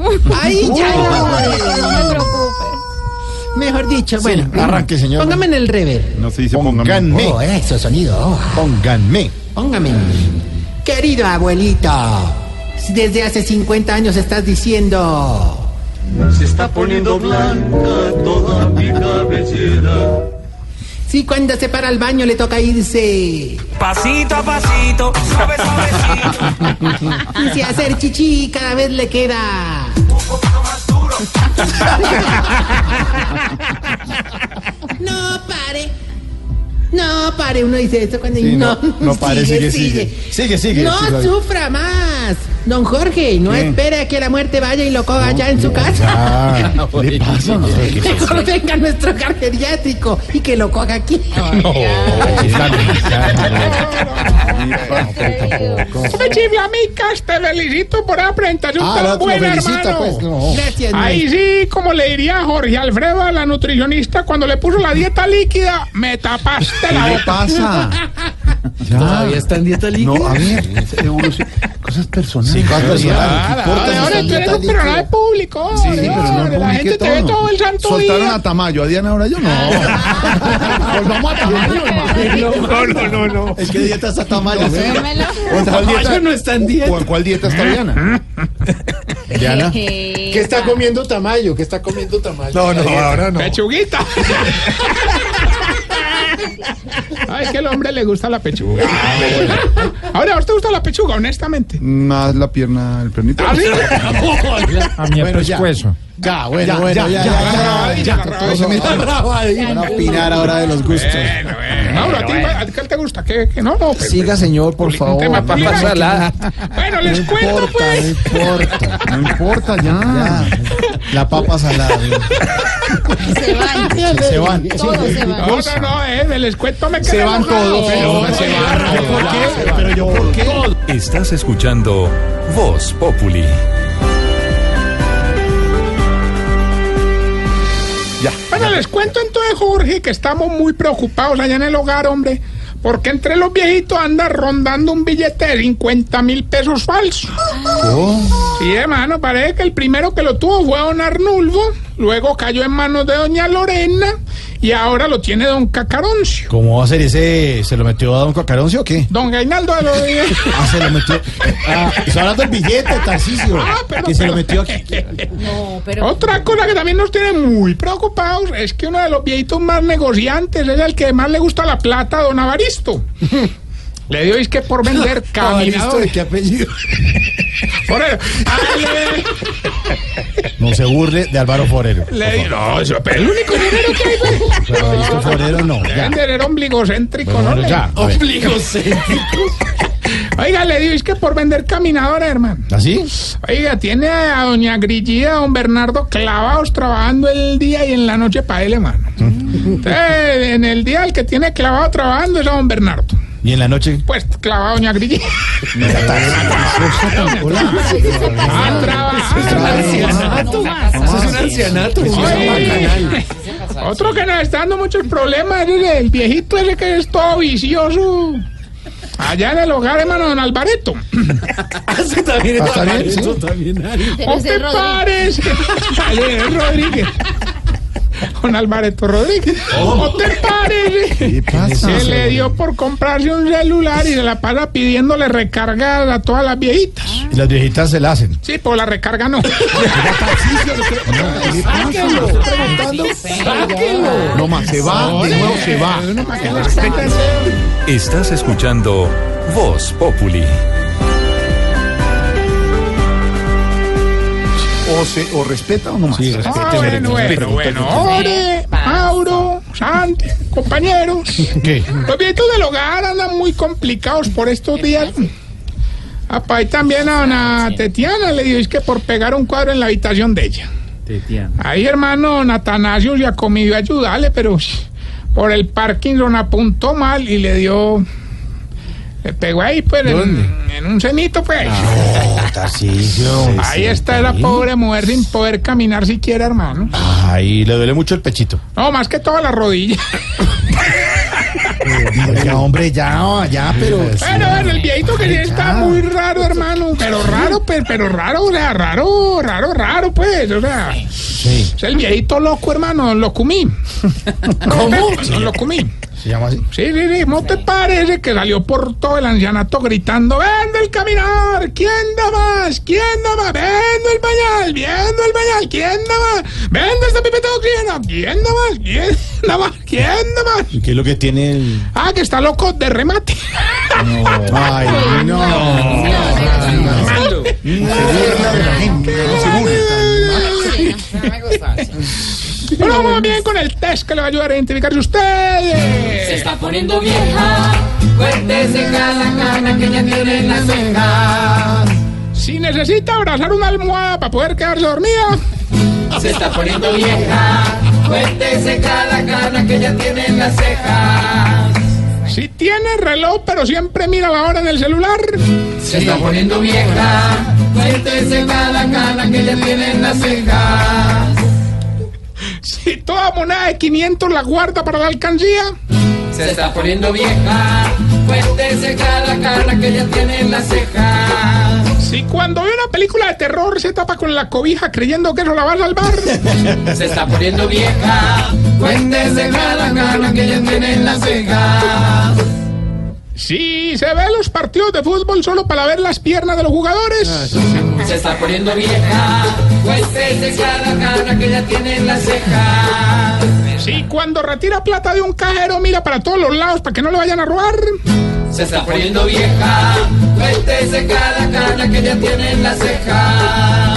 ¡Ay, ya! No me preocupe. Mejor dicho, bueno. Arranque, señor. Póngame en el rever. No se dice pónganme. Oh, eso, sonido. Pónganme. Póngame. Querido abuelito, desde hace 50 años estás diciendo... Se está poniendo blanca toda mi cabellera. Sí, cuando se para al baño le toca irse. Pasito a pasito, suave, suavecito. Y si hacer chichi cada vez le queda... No pare. No pare, uno dice esto cuando Sí, no pare, sigue. No sufra más. Don Jorge, no espere a que la muerte vaya y lo coja allá en su casa. ¿Qué le pasa? Mejor venga a nuestro hogar geriátrico y que lo coja aquí. Chiflamicas, te felicito por la presentación tan buena, hermano. Pues, no. Gracias, Ahí sí, como le diría Jorge Alfredo a la nutricionista cuando le puso la dieta líquida, me tapaste la ¿Qué boca. pasa? ¿Todavía está en dieta líquida? No, a ver, cosas personales. Sí, cosas personales. Ahora tú eres un personaje público. Sí, pero no la gente publique te ve todo el santo Soltaron día. a Tamayo, a Diana ahora yo no. Pues vamos a Tamayo, hermano. No. ¿En qué dieta está Tamayo? Démelo. ¿O en cuál Tamayo dieta? no está en dieta. ¿O en cuál dieta está Diana? Diana. ¿Qué está comiendo Tamayo? ¿Qué está comiendo Tamayo? Ahora no. Pechuguita. Ay, que al hombre le gusta la pechuga. Ahora, ¿a usted gusta la pechuga, honestamente? Más la pierna, el pernito. ¿Ah, sí? A mí Bueno, ya. Ya, Ya. No se meta. Van a opinar ahora de los gustos. Bueno. Mauro, ¿a ti qué te gusta? ¿Qué no? Pues, Siga, señor, por un favor. tema Papa salada. Bueno, les cuento, pues. No importa, ya. La papa salada. se van? Se van. Todos se van. No, les cuento, me Se quedé van enojado. todos. Se van. ¿Por qué? Pero yo, ¿por qué? Estás escuchando Voz Populi. Bueno, les cuento entonces, Jorge, que estamos muy preocupados allá en el hogar, hombre, porque entre los viejitos anda rondando un billete de 50,000 pesos falso. Sí, hermano, parece que el primero que lo tuvo fue don Arnulfo, luego cayó en manos de doña Lorena y ahora lo tiene don Cacaroncio. ¿Cómo va a ser ese? ¿Se lo metió a don Cacaroncio o qué? Don Gainaldo de los... Se lo metió. Está hablando del billete, Tarcisio. Perdón, que se lo metió aquí. No, pero... Otra cosa que también nos tiene muy preocupados es que uno de los viejitos más negociantes es el que más le gusta la plata a don Avaristo. Le dio es que por vender caminadores. ¿De qué apellido? Forero. No se burle de Álvaro Forero. Le dio, no, eso es el único dinero que hay. Pero esto Forero no. Deben Ya. tener ombligocéntrico, Bueno, ¿no? ya. A ver. Oiga, le dio es que por vender caminadores, hermano. ¿Así? Oiga, tiene a doña Grillida, a don Bernardo clavados trabajando el día y en la noche para él, hermano. Entonces, en el día el que tiene clavado trabajando es a don Bernardo. ¿Y en la noche? Pues clavado doña Grillida. Ah, trabajando. Eso es un ancianato. Oye, otro que nos está dando muchos problemas es el viejito ese que es todo vicioso. Allá en el hogar, hermano, don Alvareto. ¿Está bien? Debe ¿O te ser Rodríguez. parece? Rodríguez. Don Alvareto Rodríguez. ¿O te parece? ¿Qué pasa? Se le dio por comprarse un celular y se la pasa pidiéndole recarga a todas las viejitas. Y las viejitas se la hacen. Sí, pues la recarga no. Sáquenlo. No más, se va, de nuevo se va. Estás escuchando Voz Populi. O respeta o no más. Sí, Bueno. Ore, Mauro, Santi, compañeros. ¿Qué? Los viejitos del hogar andan muy complicados por estos días. Apa, y también a dona Tetiana le dio es que por pegar un cuadro en la habitación de ella. Ahí, hermano, Atanasio se acomidió a ayudarle, pero por el Parkinson apuntó mal y le dio... Le pegó ahí, pues, en un cenito, pues. Tarcisio. Ahí está la pobre mujer sin poder caminar siquiera, hermano. Ahí le duele mucho el pechito. No, más que toda la rodilla. Ya, hombre, ya, pero... Bueno, el viejito que sí está muy raro, hermano. Pero raro, o sea, raro, pues. O sea, Sí. es el viejito loco, hermano, lo comí. ¿Cómo? Lo comí. ¿Se llama así? Sí, ¿no te parece que salió por todo el ancianato gritando, vende el caminar, ¿quién da más? ¿Quién da más? Vendo el pañal, ¿quién da más? Vende esta pipeta de oxígeno, ¿quién da más? ¿Quién da más? ¿Quién da más? ¿Y qué es lo que tiene el...? Ah, que está loco de remate. Ay, no. Malo. Se burla de la gente, no se burla. No me gusta. Bueno, vamos bien con el test que le va a ayudar a identificarse ustedes. Se está poniendo vieja, cuéntese cada cana que ya tiene en las cejas. Si necesita abrazar una almohada para poder quedarse dormida. Se está poniendo vieja, cuéntese cada cana que ya tiene en las cejas. Si tiene reloj pero siempre mira la hora en el celular. Se está poniendo vieja, cuéntese cada cana que ya tiene en las cejas. Si toda moneda de 500 la guarda para la alcancía. Se está poniendo vieja, cuéntese cada cana que ya tiene en las cejas. Si cuando ve una película de terror se tapa con la cobija creyendo que eso la va a salvar. Se está poniendo vieja, cuéntese cada cana que ya tiene en las cejas. Si se ve los partidos de fútbol solo para ver las piernas de los jugadores. Se está poniendo vieja, cuéntese cada cana que ya tiene en las cejas. Si cuando retira plata de un cajero mira para todos los lados para que no le vayan a robar. Se está poniendo vieja, cuéntese cada cana que ya tiene en las cejas.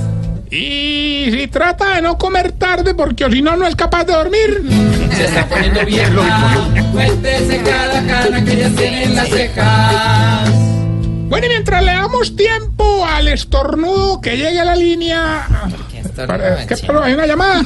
Y si trata de no comer tarde porque o si no, no es capaz de dormir. Se está poniendo vieja, cuéntese cada cana que ya tiene en las cejas. Bueno, y mientras le damos tiempo al estornudo que llegue a la línea... ¿Qué pero hay una llamada?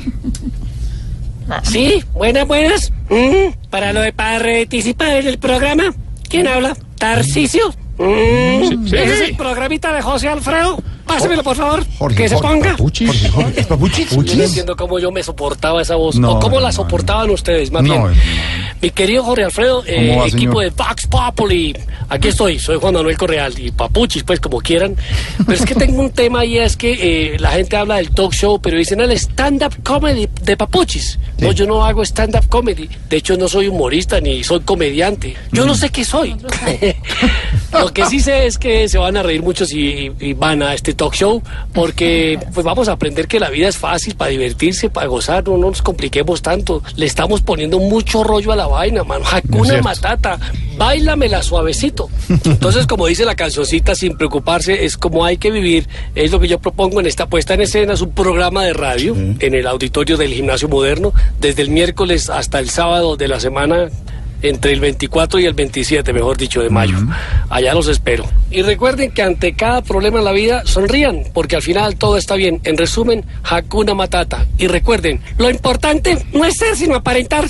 Sí, buenas. Para participar en el programa, ¿quién habla? ¿Tarcisio? Sí. Ese es el programita de José Alfredo. Pásemelo, por favor, Jorge, que se ponga. Papuchis. ¿Es Papuchis? Yo no entiendo cómo yo me soportaba esa voz, No, o cómo la no, soportaban ustedes, más bien. No. Mi querido Jorge Alfredo, ¿Cómo va, equipo señor? de Vox Populi, aquí estoy, soy Juan Manuel Correal, y Papuchis, pues, como quieran. Pero es que tengo un tema y es que la gente habla del talk show, pero dicen el stand-up comedy de Papuchis. No, yo no hago stand-up comedy. De hecho, no soy humorista ni soy comediante. Yo no sé qué soy. Lo que sí sé es que se van a reír muchos y van a este talk show, porque pues vamos a aprender que la vida es fácil para divertirse, para gozar, no nos compliquemos tanto. Le estamos poniendo mucho rollo a la vaina, mano. Hakuna Matata, báilamela suavecito. Entonces, como dice la cancioncita, sin preocuparse, es como hay que vivir. Es lo que yo propongo en esta puesta en escena. Es un programa de radio en el auditorio del Gimnasio Moderno, desde el miércoles hasta el sábado de la semana, entre el 24 y el 27, mejor dicho, de mayo. Allá los espero. Y recuerden que ante cada problema en la vida, sonrían, porque al final todo está bien. En resumen, Hakuna Matata. Y recuerden, lo importante no es ser, sino aparentar.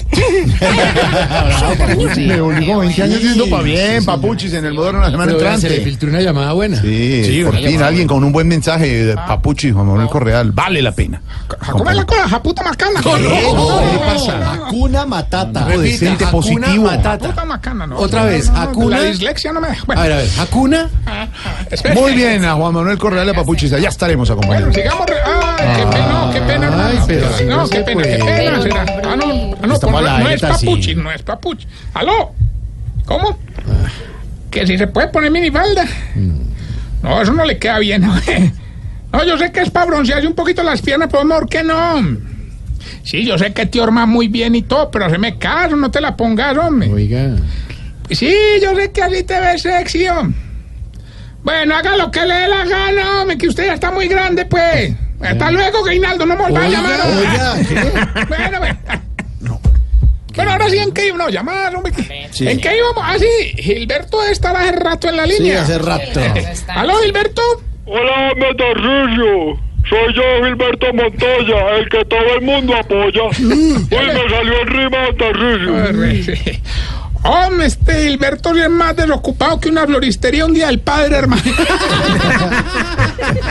Me obligó 20 años diciendo pa' bien, Papuchis, en el Moderno la semana entrante. Se le filtró una llamada buena. Sí, por fin alguien con un buen mensaje de Papuchis, Juan Manuel Correal. Vale la pena. ¿Cómo es la cosa? ¡Japuta macana! ¿Qué pasa? Hakuna Matata. Decente, Hakuna positivo. Matata. Puta macana, ¿no? Otra vez, Hakuna. La dislexia no me deja. Bueno, A ver, Hakuna. Muy bien, a Juan Manuel Correal y a Papuchis. Ya estaremos bueno, acompañando. sigamos. Ay, qué pena, qué pena, hermano. Ay, pero si no, no qué se pena, puede. qué pena. será. No, Estamos pues, al no aire, es Papuchi, sí. no es Papuchi. ¿Aló? ¿Cómo? Que si se puede poner minifalda. No, eso no le queda bien. No, yo sé que es para broncearse un poquito las piernas, pero amor, que no. Sí, yo sé que te horma muy bien y todo, pero haceme caso, no te la pongas, hombre. Oiga. Sí, yo sé que así te ves sexy, hombre. Bueno, haga lo que le dé la gana, hombre, que usted ya está muy grande, pues. Hasta luego, Reinaldo, no me vuelva a llamar. Bueno. Bueno, ahora sí, ¿en qué íbamos? No, llamar, hombre. Sí. ¿En qué íbamos? Ah, sí, Gilberto estará hace rato en la línea. Sí, hace rato. ¿Aló, Gilberto? Hola, Tarcisio. Soy yo, Gilberto Montoya, el que todo el mundo apoya. Uy, me salió en rima, Tarcisio. Sí. Hombre, Gilberto sí es más desocupado que una floristería un día del padre, hermano.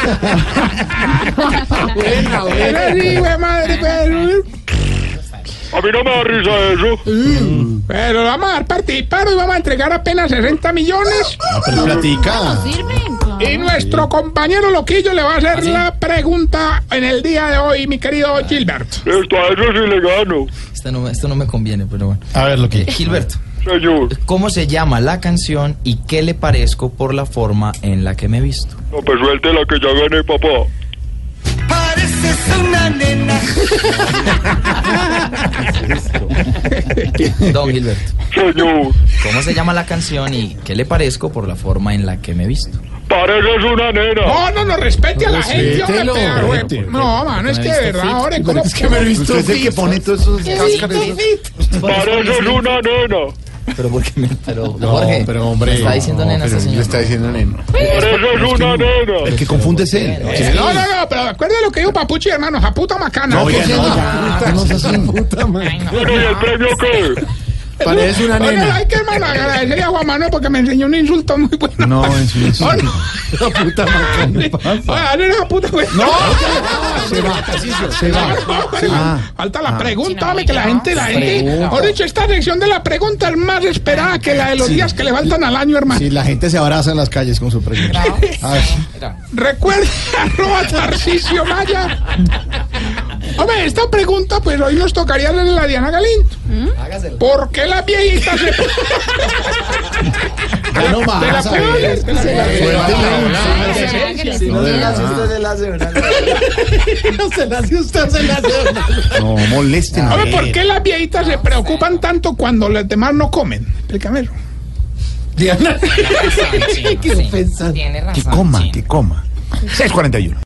Buena. Era así, güey, madre, pero... A mí no me da risa eso. Pero vamos a dar participar y vamos a entregar apenas 60 millones. Pero platica. ¿Sirven? Y nuestro compañero Loquillo le va a hacer la pregunta en el día de hoy, mi querido Gilbert. Esto a eso sí le gano. Esto no me conviene, pero bueno. A ver, lo que. Gilberto, Señor. ¿cómo se llama la canción y qué le parezco por la forma en la que me he visto? No, pues suéltela que ya gané, papá. Pareces una nena. Don Gilberto, Señor. ¿cómo se llama la canción y qué le parezco por la forma en la que me he visto? Pareces una nena. No, respete a la gente, hombre. Respételo, Pero, respete. no, mano, es que de verdad, ahora ¿cómo Es que me he visto. Usted es el que pone todos esos cáscaros. Pareces una nena. Pero porque pero No, Jorge, pero hombre. me está diciendo No, nena pero esta le señora. está diciendo neno. Pareces una nena. El que confunde es él. No, pero acuérdate lo que dijo Papuchi, hermano, a puta macana. No, ¿Qué ya es no, eso? ya. No seas así. Bueno, ¿y el premio qué? Parece una Oye, nena. hay que, hermano, agradecerle a Juan Manuel porque me enseñó un insulto muy bueno. No, eso no es. Oh, no. La puta macana. Oye, no, puta, güey. No, Se va, se va. falta la pregunta, hombre, que la gente, mejor dicho, esta sección de la pregunta es más esperada que la de los días que le faltan al año, hermano. Sí, la gente se abraza en las calles con su pregunta. Recuerda, @ Tarcisio Maya. Hombre, esta pregunta, pues hoy nos tocaría leerle a la Diana Galindo. ¿Por qué las viejitas se... Ya no más. ¿Te la puedo leer? ¿Te la puedo leer? No, de verdad. Se la hace usted, se la hace. No molesten. Hombre, ¿por qué las viejitas se preocupan tanto cuando los demás no comen? Explícame eso. Diana. ¿Qué pensas? Que coma. 6:41.